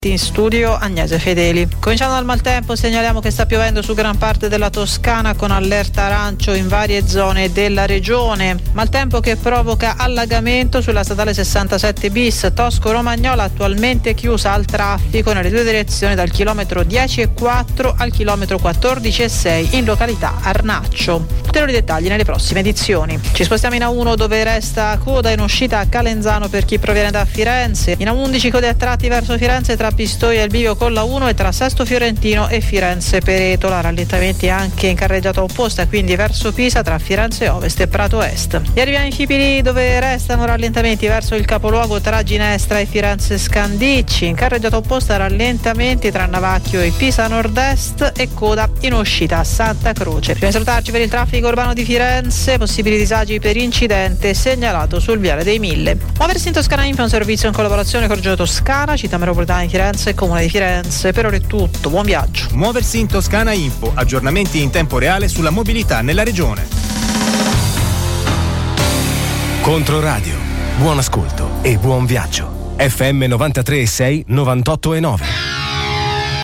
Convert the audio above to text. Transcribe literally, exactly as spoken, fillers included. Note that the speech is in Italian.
In studio Agnese Fedeli. Cominciando dal maltempo, segnaliamo che sta piovendo su gran parte della Toscana con allerta arancio in varie zone della regione. Maltempo che provoca allagamento sulla statale sessantasette bis Tosco-Romagnola, attualmente chiusa al traffico nelle due direzioni dal chilometro dieci e quattro al chilometro quattordici e sei in località Arnaccio. Ulteriori dettagli nelle prossime edizioni. Ci spostiamo in A uno dove resta coda in uscita a Calenzano per chi proviene da Firenze. In A undici code a tratti verso Firenze tra Pistoia e il bivio con la uno e tra Sesto Fiorentino e Firenze Peretola. Rallentamenti anche in carreggiata opposta, quindi verso Pisa tra Firenze Ovest e Prato Est. E arriviamo in Fipili dove restano rallentamenti verso il capoluogo tra Ginestra e Firenze Scandicci. In carreggiata opposta rallentamenti tra Navacchio e Pisa Nord-Est e coda in uscita a Santa Croce. Prima di salutarci, per il traffico urbano di Firenze, possibili disagi per incidente segnalato sul viale dei Mille. Muoversi in Toscana Info è un servizio in collaborazione con Regio Toscana, Città Metropolitana di Firenze e Comune di Firenze. Per ora è tutto, buon viaggio. Muoversi in Toscana Info, aggiornamenti in tempo reale sulla mobilità nella regione. Controradio, buon ascolto e buon viaggio. F M novantatré e sei, novantotto e nove.